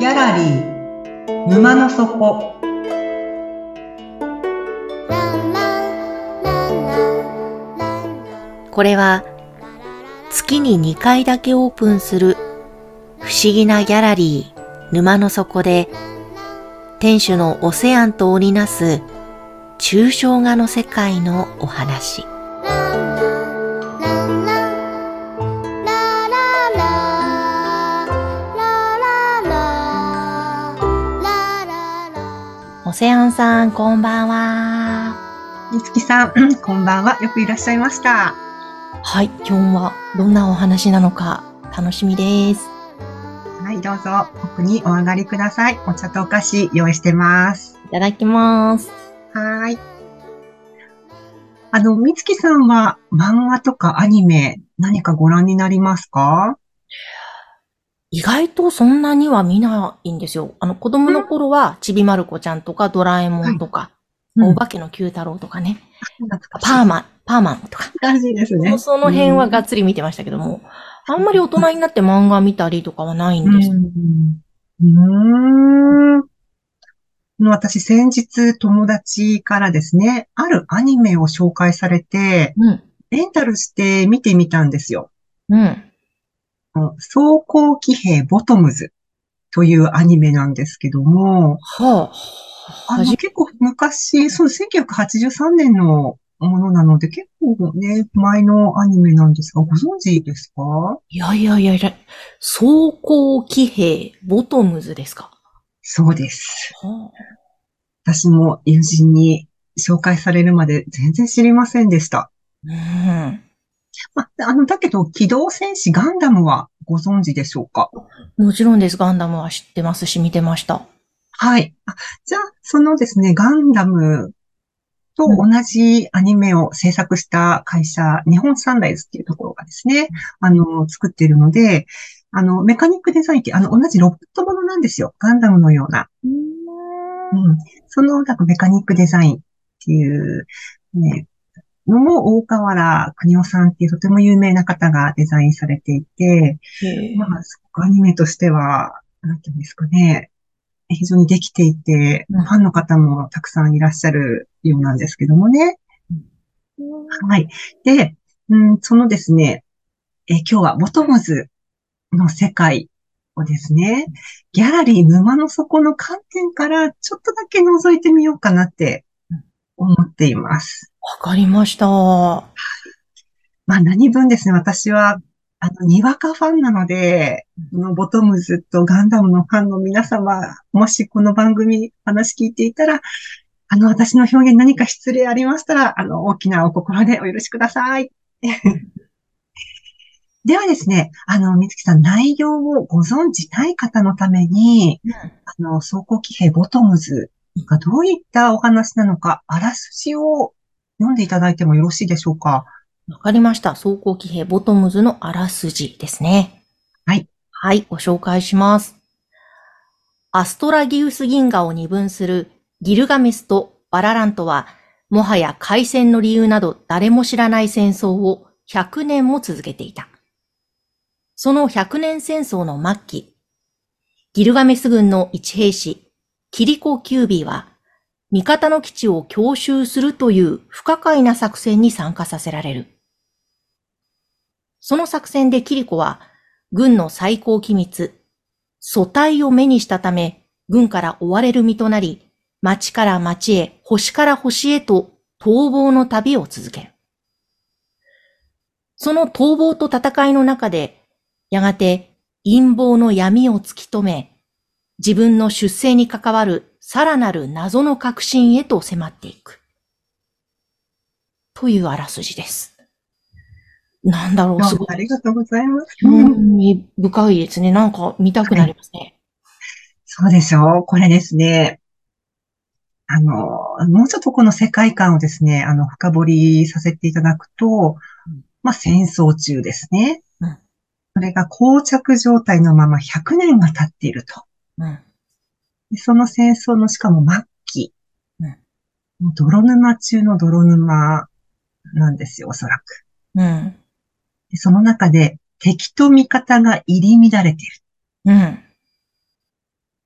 ギャラリー沼の底。 これは月に2回だけオープンする不思議なギャラリー沼の底で、店主のオセアンと織りなす抽象画の世界のお話。オセアンさん、こんばんは。 みつきさん、こんばんは。よくいらっしゃいました。 はい、今日はどんなお話なのか楽しみです。 はい、どうぞ奥にお上がりください。お茶とお菓子用意してます。 いただきます。 はい。みつきさんは漫画とかアニメ何かご覧になりますか？ 意外とそんなには見ないんですよ。子供のうん、 頃はちびまる子ちゃんとかドラえもはい。 んとか、 うん。 お化けの Q 太郎とかね、 懐かしい。 パーマンとか、 懐かしいですね。 そのう辺はがっん。 つり見てましたけども、あんまり大人になって漫画見たりとかはないんうです。 ん。うーん。私、先日友達からですね、あるアニメを紹介されて、 うん、 レンタルして見てみたんですよ。 うん。 装甲騎兵ボトムズというアニメなんですけども、 はあ、 結構昔、そう、1983年のものなので、結構ね、前のアニメなんですが、ご存知ですか？ いやいやいやいや、装甲騎兵ボトムズですか？ そうです。 はあ、 私も友人に紹介されるまで全然知りませんでした。 うん。 だけど、機動戦士ガンダムはご存知でしょうか？ もちろんです。ガンダムは知ってますし、見てました。 はい。じゃあ、そのですね、ガンダムとうん、 同じアニメを制作した会社、日本サンライズっていうところがですね、作っているので、メカニックデザインって、同じロボットものなんですよ。ガンダムのような。 うん。 うん。その、なんかメカニックデザインっていう、ね、のも大河原邦夫さんっていうとても有名な方がデザインされていて、 へえ。 まあ、すごくアニメとしては、なんていうんですかね、非常にできていて、 うん。 ファンの方もたくさんいらっしゃるようなんですけどもね。 うん。 はい。で、そのですね、今日はボトムズの世界をですね、ギャラリー沼の底の観点からちょっとだけ覗いてみようかなって思っています。 わかりました。はまあ何分ですね、私は、にわかファンなので、このボトムズとガンダムのファンの皆様、もしこの番組話聞いていたら、私の表現何か失礼ありましたら、大きなお心でお許しください。ではですね、水木さん、内容をご存知ない方のために、装甲騎兵ボトムズがどういったお話なのか、あらすじを読んでいただいてもよろしいでしょうか？ かりました。装甲騎兵ボトムズのあらすじですね。 はい。 はい、ご紹介します。アストラギウス銀河を二分するギルガメスとバララントは、もはや開戦の理由など誰も知らない戦争を100年も続けていた。その100年戦争の末期、ギルガメス軍の一兵士、キリコ・キュービーは、味方の基地を強襲するという不可解な作戦に参加させられる。その作戦でキリコは、軍の最高機密、組対を目にしたため、軍から追われる身となり、町から町へ、星から星へと逃亡の旅を続ける。その逃亡と戦いの中で、やがて陰謀の闇を突き止め、自分の出生に関わるさらなる謎の核心へと迫っていく。というあらすじです。なんだろう、 どうすごい。 もありがとうございます。 興味深いですね。なんか見たくなりはい。 ますね。 そうでしょう。これですね。もうちょっとこの世界観をですね、深掘りさせていただくと、 うん、 まあ、戦争中ですね。 うん、 それが膠着状態のまま100年が経っていると。 うん、 でその戦争のしかも末期、 うん、 泥沼中の泥沼なんですよ、おそらく。 うん、 でその中で敵と味方が入り乱れている。 うん。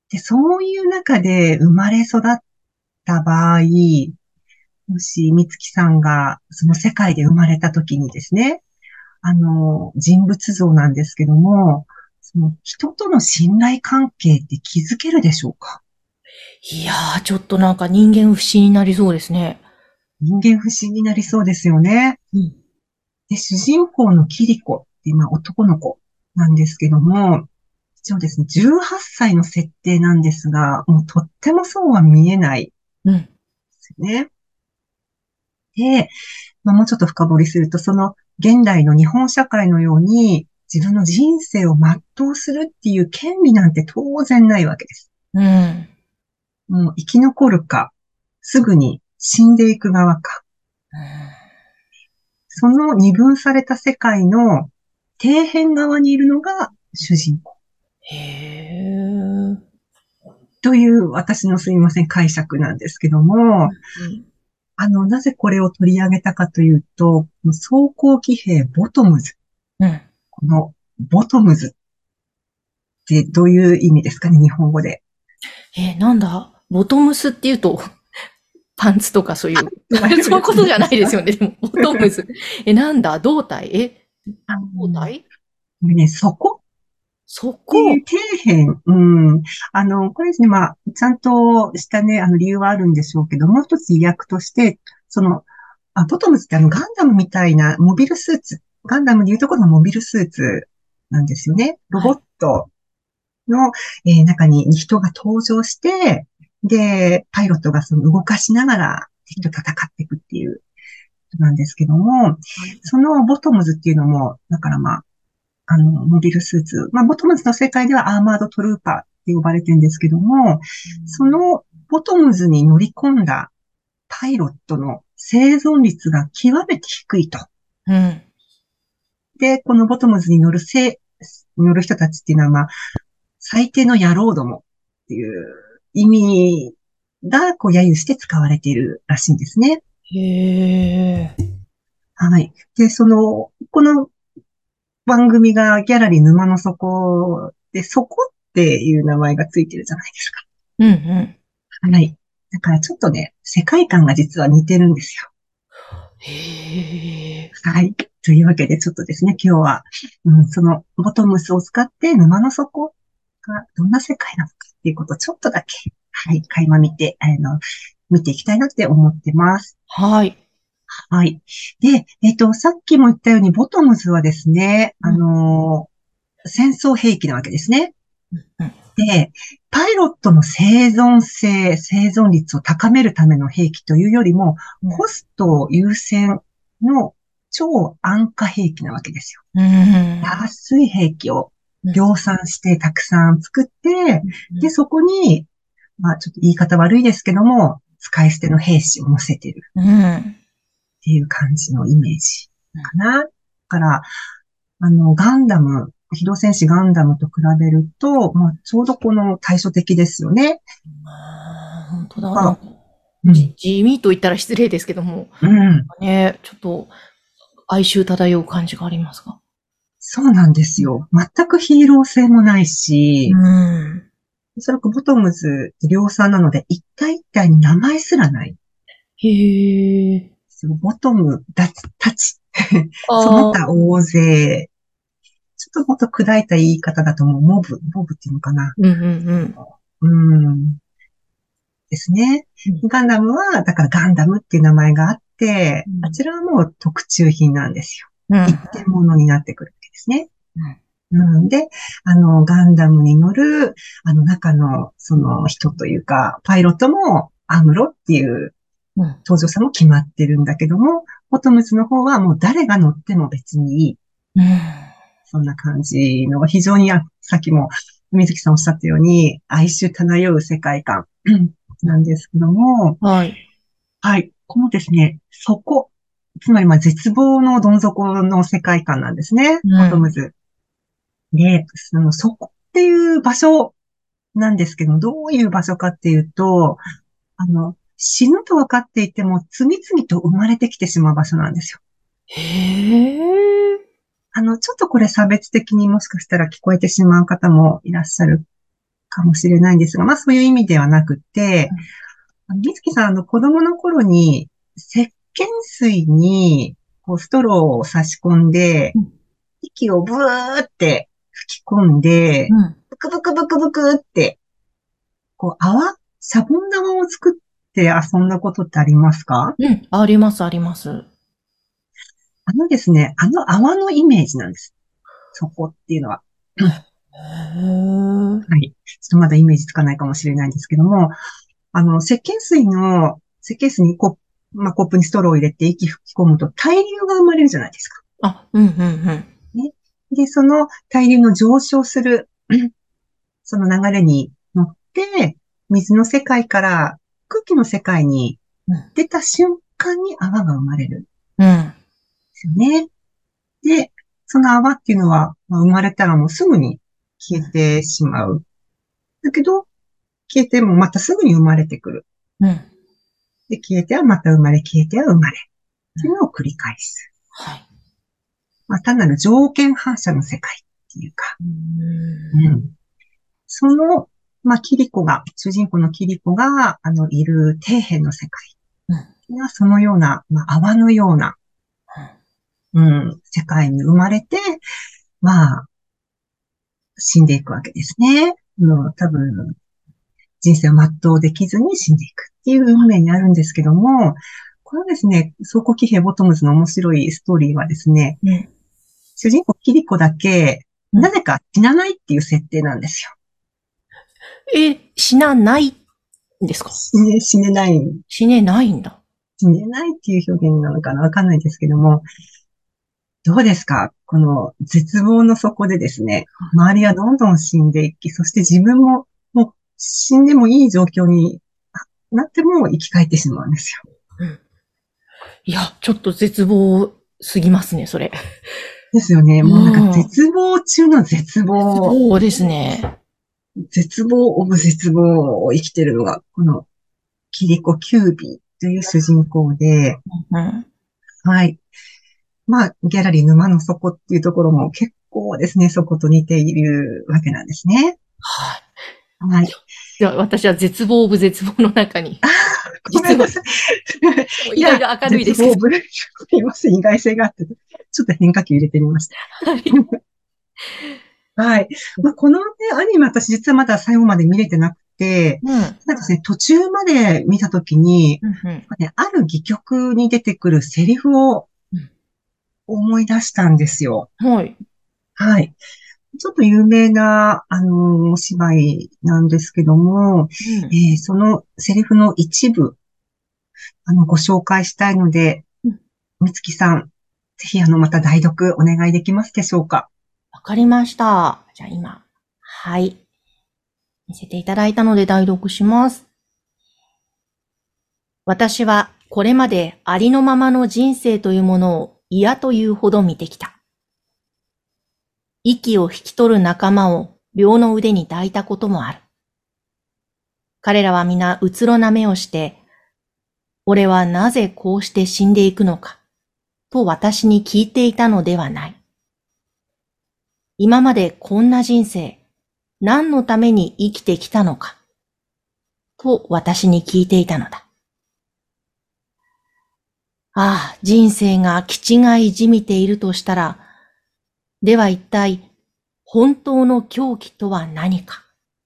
で、そういう中で生まれ育った場合、もし、美月さんがその世界で生まれた時にですね、人物像なんですけども、その人との信頼関係って築けるでしょうか？ いやー、ちょっとなんか人間不信になりそうですね。 人間不信になりそうですよね。 うん。 で、主人公のキリコって今男の子なんですけども、一応ですね、18歳の設定なんですが、もうとってもそうは見えないうん。 ですよね。で、もうちょっと深掘りすると、その現代の日本社会のように自分の人生を全うするっていう権利なんて当然ないわけです。 うん。 もう生き残るか、すぐに死んでいく側か。その二分された世界の底辺側にいるのが主人公へえ。 という私のすみません解釈なんですけども、 うん。 なぜこれを取り上げたかというと、装甲騎兵ボトムズ。 うん。 このボトムズってどういう意味ですかね、日本語で。 なんだボトムスって言うと、パンツとかそういう、 となるそういうやつことじゃないなんですか？ ですよね。でも、ボトムス。なんだ胴体あの胴体ね、そこそっていうこ底辺、これですね、ちゃんとしたね、理由はあるんでしょうけど、もう一つ意訳として、ボトムズってガンダムみたいなモビルスーツ、ガンダムでいうところのモビルスーツなんですよね。ロボッはい。 トの、中に人が登場して、で、パイロットがその動かしながら敵と戦っていくっていうことなんですけども、 はい。 そのボトムズっていうのも、だからモビルスーツ。ボトムズの世界ではアーマードトルーパーって呼ばれてるんですけども、そのボトムズに乗り込んだパイロットの生存率が極めて低いと。 うん。 で、このボトムズに乗る人たちっていうのは、最低の野郎どもっていう意味が、揶揄して使われているらしいんですね。 へえ。 はい。で、この番組がギャラリー沼の底で、底っていう名前がついてるじゃないですか。 うんうん。 はい。だからちょっとね、世界観が実は似てるんですよ。 へえ。 はい。というわけで、ちょっとですね、今日は、そのボトムスを使って沼の底がどんな世界なのかっていうことをちょっとだけ、はい、垣間見て、見ていきたいなって思ってます。 はい。 はい。で、さっきも言ったように、ボトムズはですね、 うん。 戦争兵器なわけですね。 うん。 で、パイロットの生存率を高めるための兵器というよりも、 うん。 コスト優先の超安価兵器なわけですよ。 うん。 安い兵器をうん。 量産してたくさん作って、で、 うん。 そこに、ちょっと言い方悪いですけども、使い捨ての兵士を乗せてるうん。 っていう感じのイメージかな。だから、ガンダム、機動戦士ガンダムと比べると、ちょうどこの対照的ですよね。 ああ、本当だ。なんあ、 か、 うん、 地味と言ったら失礼ですけども、 うん。 ね、ちょっと哀愁漂う感じがありますが。 そうなんですよ。全くヒーロー性もないうし、 ん。 おそらくボトムズ量産なので、一体一体に名前すらない。 へえ。 ボトムたち、そのああ。 他大勢、ちょっともっと砕いた言い方だともうモブっていうのかな。 うんうんうん、ですね。 うん。 ガンダムは、だからガンダムっていう名前があって、 うん。 あちらはもう特注品なんですよ。 うん。 一点物になってくるわけですね。 うん。 で、ガンダムに乗る、中の、その人というか、パイロットも、アムロっていううん。 登場者も決まってるんだけども、ボトムズの方はもう誰が乗っても別にいい。 うん。 そんな感じの、非常に、さっきも水木さんおっしゃったように、哀愁漂う世界観なんですけども、 はい。 はい。このですね、つまり絶望のどん底の世界観なんですね。 うん。 ボトムズ。で、そこっていう場所なんですけど、どういう場所かっていうと、死ぬと分かっていても次々と生まれてきてしまう場所なんですよ。 へえ。 ちょっとこれ差別的にもしかしたら聞こえてしまう方もいらっしゃるかもしれないんですが、まあそういう意味ではなくて、みつきさん、子供の頃に、石鹸水に、こう、ストローを差し込んで、 うん。 息をブーって吹き込んで、 うん。 ブクブクブクブクって、こう、シャボン玉を作って遊んだことってありますか？ うん。あります、あります。 ですね、泡のイメージなんです。そこっていうのは。 へー。 はい。ちょっとまだイメージつかないかもしれないんですけども、石鹸水にまあ、コップにストローを入れて息吹き込むと対流が生まれるじゃないですか。 あ、うん、うん、うん。 ね。で、その対流の上昇する、その流れに乗って、水の世界から空気の世界にうん。 出た瞬間に泡が生まれるんでうん。 すよね。で、その泡っていうのは、まあ、生まれたらもうすぐに消えてしまう。だけど、消えてもまたすぐに生まれてくる。 うん。 で、消えてはまた生まれ、消えては生まれ。っていうのを繰り返す。 はい。 まあ、単なる条件反射の世界っていうか。 うーん。 うん。その、まあ、主人公のキリコが、いる底辺の世界うん。 が、そのような、まあ、泡のような、うん、世界に生まれて、まあ、死んでいくわけですね。多分、人生を全うできずに死んでいくっていう運命にあるんですけども、このですね、走行騎兵ボトムズの面白いストーリーはですね、 うん。 主人公キリコだけ、 うん。 なぜか死なないっていう設定なんですよ。 死なないんですか？ 死ねない、 死ねないんだ。 死ねないっていう表現なのかなわかんないですけども、どうですかこの絶望の底でですね、周りはどんどん死んでいき、そして自分も、もう死んでもいい状況になっても生き返ってしまうんですよ。 うん。いや、ちょっと絶望すぎますね、それ。 ですよね。 うもうなんかん。 絶望中の絶望、 そうですね。 絶望オブ絶望を生きてるのが、このキリコ・キュービーという主人公で、 うん。 はい。まあ、ギャラリー沼の底っていうところも結構ですね、そこと似ているわけなんですね。 はい。 はい。 じゃあ、私は絶望オブ絶望の中に、実は、 ごめんなさい。 もういや、 いろいろ明るいですけど。 絶望ブレイク、すいません、意外性があって、ちょっと変化球入れてみました。 はい。 はい。まあ、このね、アニメ私実はまだ最後まで見れてなくて、 うん。 なんかですね、途中まで見たときに、 うん、うん。 ある戯曲に出てくるセリフを思い出したんですよ。 はい。 はい。ちょっと有名な、お芝居なんですけども、 うん。 そのセリフの一部、ご紹介したいので、 うん。 みつきさん、ぜひまた代読お願いできますでしょうか。 わかりました。じゃあ今、はい。見せていただいたので代読します。私はこれまでありのままの人生というものを嫌というほど見てきた。息を引き取る仲間を両の腕に抱いたこともある。彼らは皆うつろな目をして、俺はなぜこうして死んでいくのか、と私に聞いていたのではない。今までこんな人生、何のために生きてきたのか、と私に聞いていたのだ。ああ、人生が気違いじみているとしたら、では一体、本当の狂気とは何か。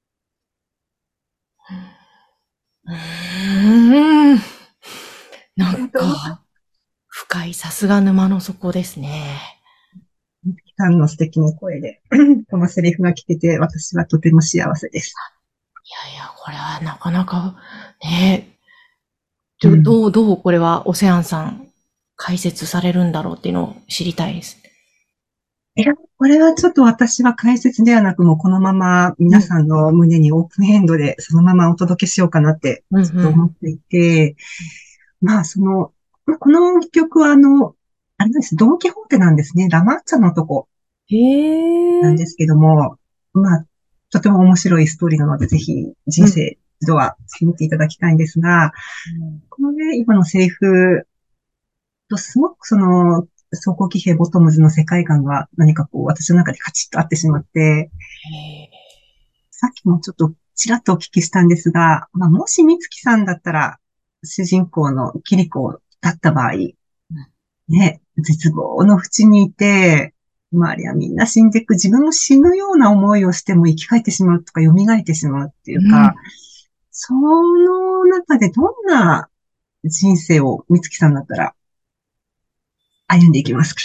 うーん。なんありがとうございまか、深いさすが沼の底ですね。 す。みつきさんの素敵な声で、このセリフが聞けて、私はとても幸せです。 いやいや、これはなかなか、ね、 うん。 どうこれはオセアンさん解説されるんだろうっていうのを知りたいです。 いや、これはちょっと私は解説ではなく、もうこのままうん、 皆さんの胸にオープンエンドでそのままお届けしようかなってうん、 ちょっとうん。 思っていて、まあまあこの曲はあれです、ドンキホーテなんですね。ラマッチャのとこへえ。 なんですけども、まあ、とても面白いストーリーなので、ぜひうん。 人生一度は見ていただきたいんですが、このね、今のセリフとすごく走行騎兵ボトムズの世界観が何かこう、私の中でカチッと合ってしまって、 さっきもちょっとちらっとお聞きしたんですが、まあ、もし美月さんだったら、主人公のキリコだった場合、ね、絶望の淵にいて、周りはみんな死んでいく、自分も死ぬような思いをしても生き返ってしまうとか、蘇ってしまうっていうか、その中でどんな人生を美月さんだったら歩んでいきますか？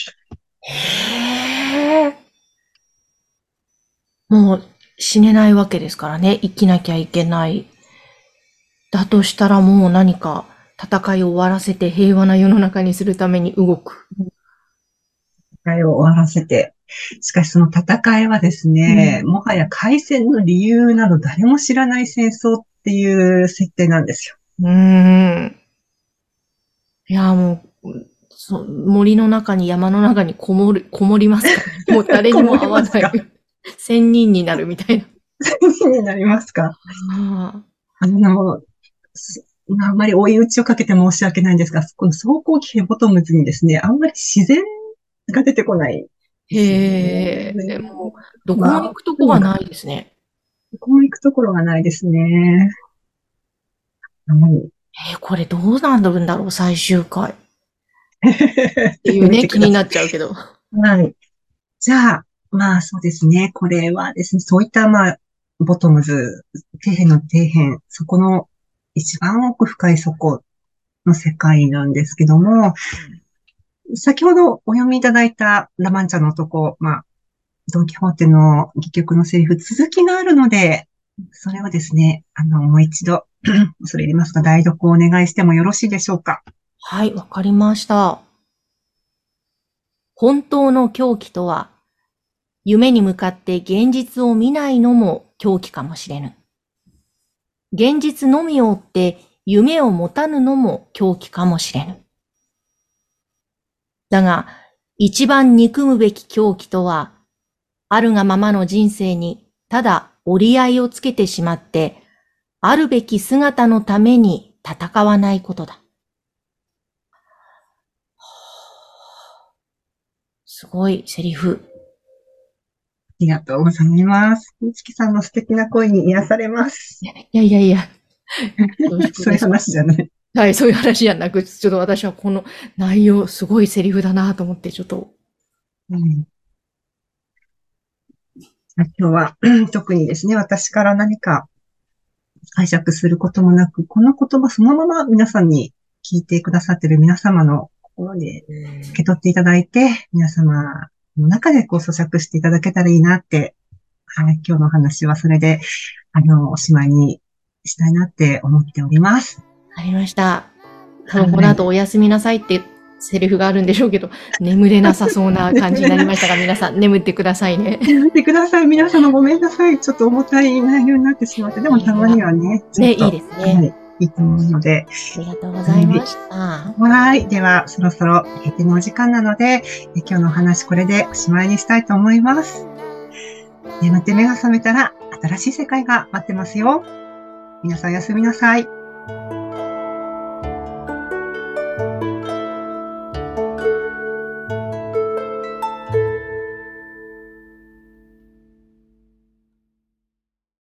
へえ。もう死ねないわけですからね。生きなきゃいけない。だとしたらもう何か戦いを終わらせて平和な世の中にするために動く。 戦いを終わらせて。しかしその戦いはですね、もはや開戦の理由など誰も知らない戦争っていう設定なんですよ。 いや、もう、森の中に山の中にこもりますか？もう誰にも会わない。仙人になるみたいな。 仙人になりますか？ ああんまり追い打ちをかけて申し訳ないんですが、この走行騎兵ボトムズにですね、あんまり自然が出てこないですよへえ、 ね。 もう、どこも行くとこがないですね。 どこも行くところがないですね。 これどうなるんだろう、最終回。っていうね、気になっちゃうけど。 はい。じゃあ、まあそうですね。これはですね、そういったまあ、ボトムズ、底辺の底辺、そこの一番奥深い底の世界なんですけども、先ほどお読みいただいたラマンチャの男、まあ、ドンキホーテの戯曲のセリフ、続きがあるので、それをですね、もう一度、それ入れますか、代読をお願いしてもよろしいでしょうか。 はい、わかりました。本当の狂気とは、夢に向かって現実を見ないのも狂気かもしれぬ。現実のみを追って夢を持たぬのも狂気かもしれぬ。だが、一番憎むべき狂気とは、あるがままの人生にただ折り合いをつけてしまって、あるべき姿のために戦わないことだ。すごいセリフ。 ありがとうございます。みつきさんの素敵な声に癒されます。 いや。 そういう話じゃない。 はい、そういう話じゃなく、ちょっと私はこの内容、すごいセリフだなと思って、ちょっと。 今日は特にですね、私から何か解釈することもなく、この言葉そのまま皆さんに聞いてくださっている皆様の心で受け取っていただいて、皆様の中で咀嚼していただけたらいいなって、はい、今日の話はそれで、おしまいにしたいなって思っております。 ありました。多分この後おやすみなさいってセリフがあるんでしょうけど、眠れなさそうな感じになりましたが、皆さん眠ってくださいね。 眠ってください。皆様ごめんなさい。ちょっと重たい内容になってしまって、でもたまにはね、 ね、いいですね。 はい、いいと思うので。 ありがとうございました。 はい。では、そろそろ閉店のお時間なので、今日のお話これでおしまいにしたいと思います。眠って目が覚めたら新しい世界が待ってますよ。皆さんおやすみなさい。